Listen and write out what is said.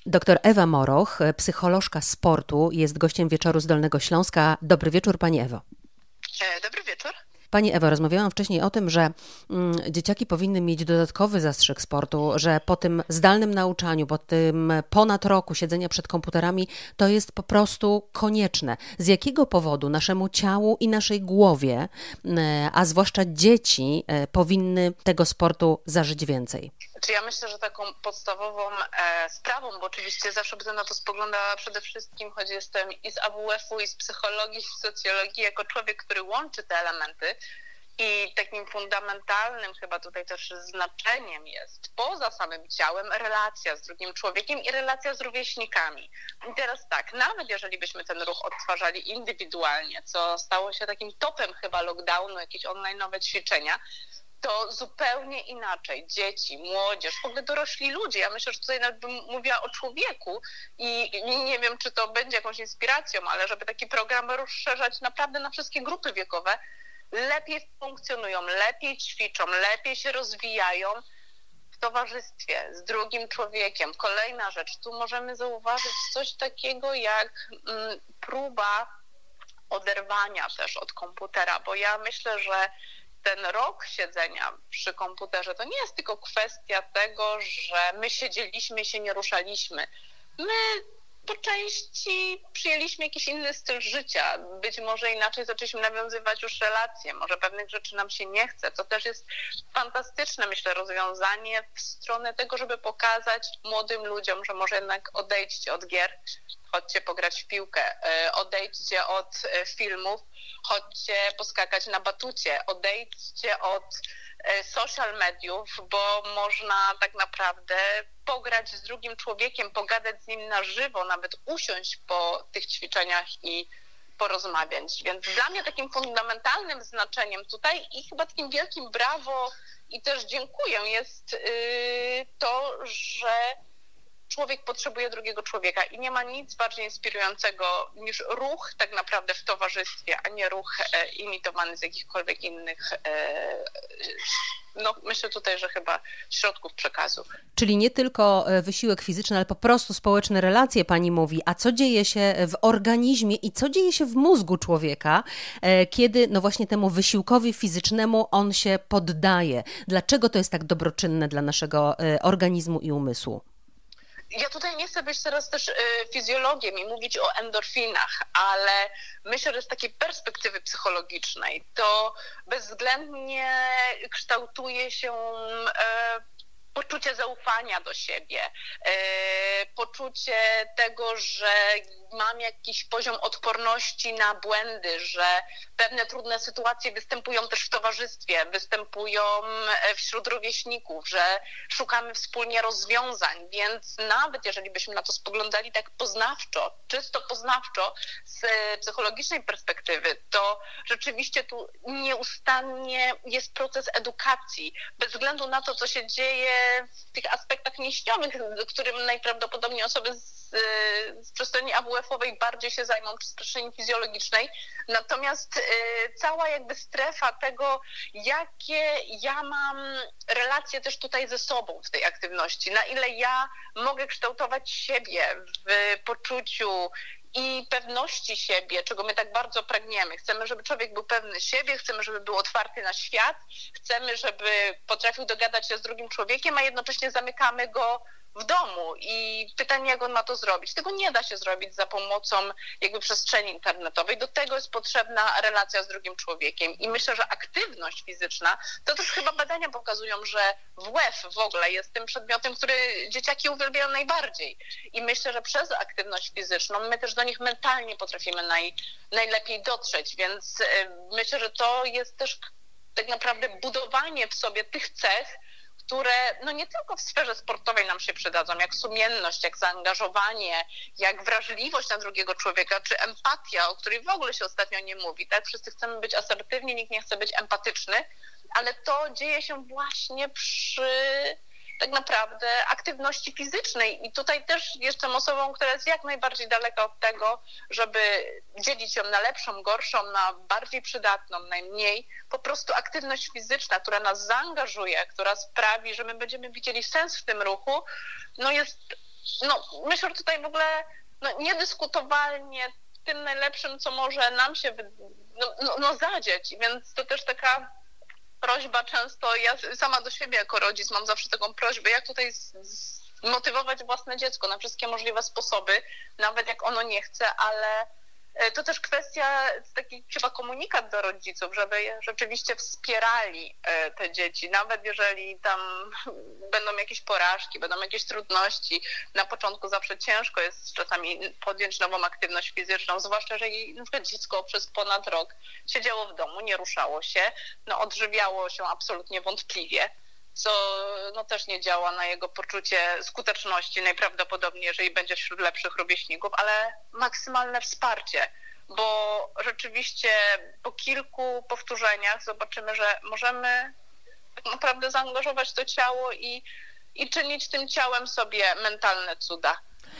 Doktor Ewa Moroch, psycholożka sportu, jest gościem Wieczoru z Dolnego Śląska. Dobry wieczór, Pani Ewo. Dobry wieczór. Pani Ewo, rozmawiałam wcześniej o tym, że dzieciaki powinny mieć dodatkowy zastrzyk sportu, że po tym zdalnym nauczaniu, po tym ponad roku siedzenia przed komputerami, to jest po prostu konieczne. Z jakiego powodu naszemu ciału i naszej głowie, a zwłaszcza dzieci, powinny tego sportu zażyć więcej? Czy ja myślę, że taką podstawową sprawą, bo oczywiście zawsze będę na to spoglądała przede wszystkim, choć jestem i z AWF-u, i z psychologii, i z socjologii, jako człowiek, który łączy te elementy. I takim fundamentalnym chyba tutaj też znaczeniem jest poza samym ciałem relacja z drugim człowiekiem i relacja z rówieśnikami. I teraz tak, nawet jeżeli byśmy ten ruch odtwarzali indywidualnie, co stało się takim topem chyba lockdownu, jakieś online'owe ćwiczenia, to zupełnie inaczej dzieci, młodzież, w ogóle dorośli ludzie. Ja myślę, że tutaj nawet bym mówiła o człowieku i nie wiem, czy to będzie jakąś inspiracją, ale żeby taki program rozszerzać naprawdę na wszystkie grupy wiekowe, lepiej funkcjonują, lepiej ćwiczą, lepiej się rozwijają w towarzystwie z drugim człowiekiem. Kolejna rzecz, tu możemy zauważyć coś takiego jak próba oderwania też od komputera, bo ja myślę, że ten rok siedzenia przy komputerze to nie jest tylko kwestia tego, że my siedzieliśmy i się nie ruszaliśmy. My po części przyjęliśmy jakiś inny styl życia. Być może inaczej zaczęliśmy nawiązywać już relacje. Może pewnych rzeczy nam się nie chce. To też jest fantastyczne, myślę, rozwiązanie w stronę tego, żeby pokazać młodym ludziom, że może jednak odejdźcie od gier, chodźcie pograć w piłkę, odejdźcie od filmów, chodźcie poskakać na batucie, odejdźcie od social mediów, bo można tak naprawdę pograć z drugim człowiekiem, pogadać z nim na żywo, nawet usiąść po tych ćwiczeniach i porozmawiać. Więc dla mnie takim fundamentalnym znaczeniem tutaj i chyba takim wielkim brawo i też dziękuję jest to, że człowiek potrzebuje drugiego człowieka i nie ma nic bardziej inspirującego niż ruch tak naprawdę w towarzystwie, a nie ruch imitowany z jakichkolwiek innych, myślę tutaj, że chyba środków przekazu. Czyli nie tylko wysiłek fizyczny, ale po prostu społeczne relacje, Pani mówi. A co dzieje się w organizmie i co dzieje się w mózgu człowieka, kiedy właśnie temu wysiłkowi fizycznemu on się poddaje? Dlaczego to jest tak dobroczynne dla naszego organizmu i umysłu? Ja tutaj nie chcę być teraz też fizjologiem i mówić o endorfinach, ale myślę, że z takiej perspektywy psychologicznej to bezwzględnie kształtuje się poczucie zaufania do siebie, poczucie tego, że mam jakiś poziom odporności na błędy, że pewne trudne sytuacje występują też w towarzystwie, występują wśród rówieśników, że szukamy wspólnie rozwiązań, więc nawet jeżeli byśmy na to spoglądali tak poznawczo, czysto poznawczo, z psychologicznej perspektywy, to rzeczywiście tu nieustannie jest proces edukacji, bez względu na to, co się dzieje w tych aspektach mięśniowych, którym najprawdopodobniej osoby z przestrzeni AWF-owej bardziej się zajmą, czy z przestrzeni fizjologicznej. Natomiast cała jakby strefa tego, jakie ja mam relacje też tutaj ze sobą w tej aktywności, na ile ja mogę kształtować siebie w poczuciu i pewności siebie, czego my tak bardzo pragniemy. Chcemy, żeby człowiek był pewny siebie, chcemy, żeby był otwarty na świat, chcemy, żeby potrafił dogadać się z drugim człowiekiem, a jednocześnie zamykamy go w domu i pytanie, jak on ma to zrobić. Tego nie da się zrobić za pomocą jakby przestrzeni internetowej. Do tego jest potrzebna relacja z drugim człowiekiem i myślę, że aktywność fizyczna, to też chyba badania pokazują, że WF w ogóle jest tym przedmiotem, który dzieciaki uwielbiają najbardziej i myślę, że przez aktywność fizyczną my też do nich mentalnie potrafimy najlepiej dotrzeć, więc myślę, że to jest też tak naprawdę budowanie w sobie tych cech, które nie tylko w sferze sportowej nam się przydadzą, jak sumienność, jak zaangażowanie, jak wrażliwość na drugiego człowieka, czy empatia, o której w ogóle się ostatnio nie mówi. Tak? Wszyscy chcemy być asertywni, nikt nie chce być empatyczny, ale to dzieje się właśnie przy tak naprawdę aktywności fizycznej i tutaj też jestem osobą, która jest jak najbardziej daleka od tego, żeby dzielić ją na lepszą, gorszą, na bardziej przydatną, najmniej. Po prostu aktywność fizyczna, która nas zaangażuje, która sprawi, że my będziemy widzieli sens w tym ruchu, jest no myślę, że tutaj w ogóle niedyskutowalnie tym najlepszym, co może nam się zadzieć, więc to też taka prośba często, ja sama do siebie jako rodzic mam zawsze taką prośbę, jak tutaj zmotywować własne dziecko na wszystkie możliwe sposoby, nawet jak ono nie chce, ale to też kwestia, taki chyba komunikat do rodziców, żeby rzeczywiście wspierali te dzieci, nawet jeżeli tam będą jakieś porażki, będą jakieś trudności. Na początku zawsze ciężko jest czasami podjąć nową aktywność fizyczną, zwłaszcza jeżeli na przykład dziecko przez ponad rok siedziało w domu, nie ruszało się, odżywiało się absolutnie wątpliwie, co też nie działa na jego poczucie skuteczności najprawdopodobniej, jeżeli będzie wśród lepszych rówieśników, ale maksymalne wsparcie, bo rzeczywiście po kilku powtórzeniach zobaczymy, że możemy tak naprawdę zaangażować to ciało i czynić tym ciałem sobie mentalne cuda.